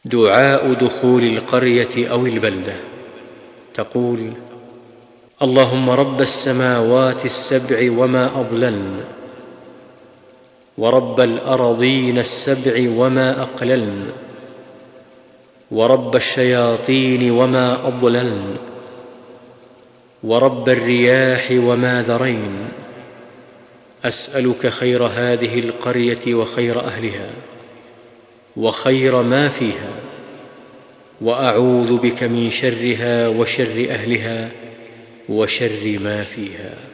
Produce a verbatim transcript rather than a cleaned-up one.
دعاء دخول القرية أو البلدة. تقول: اللهم رب السماوات السبع وما أضللن، ورب الأرضين السبع وما أقللن، ورب الشياطين وما أضللن، ورب الرياح وما ذرين، أسألك خير هذه القرية وخير أهلها وخير ما فيها، وأعوذ بك من شرها وشر أهلها وشر ما فيها.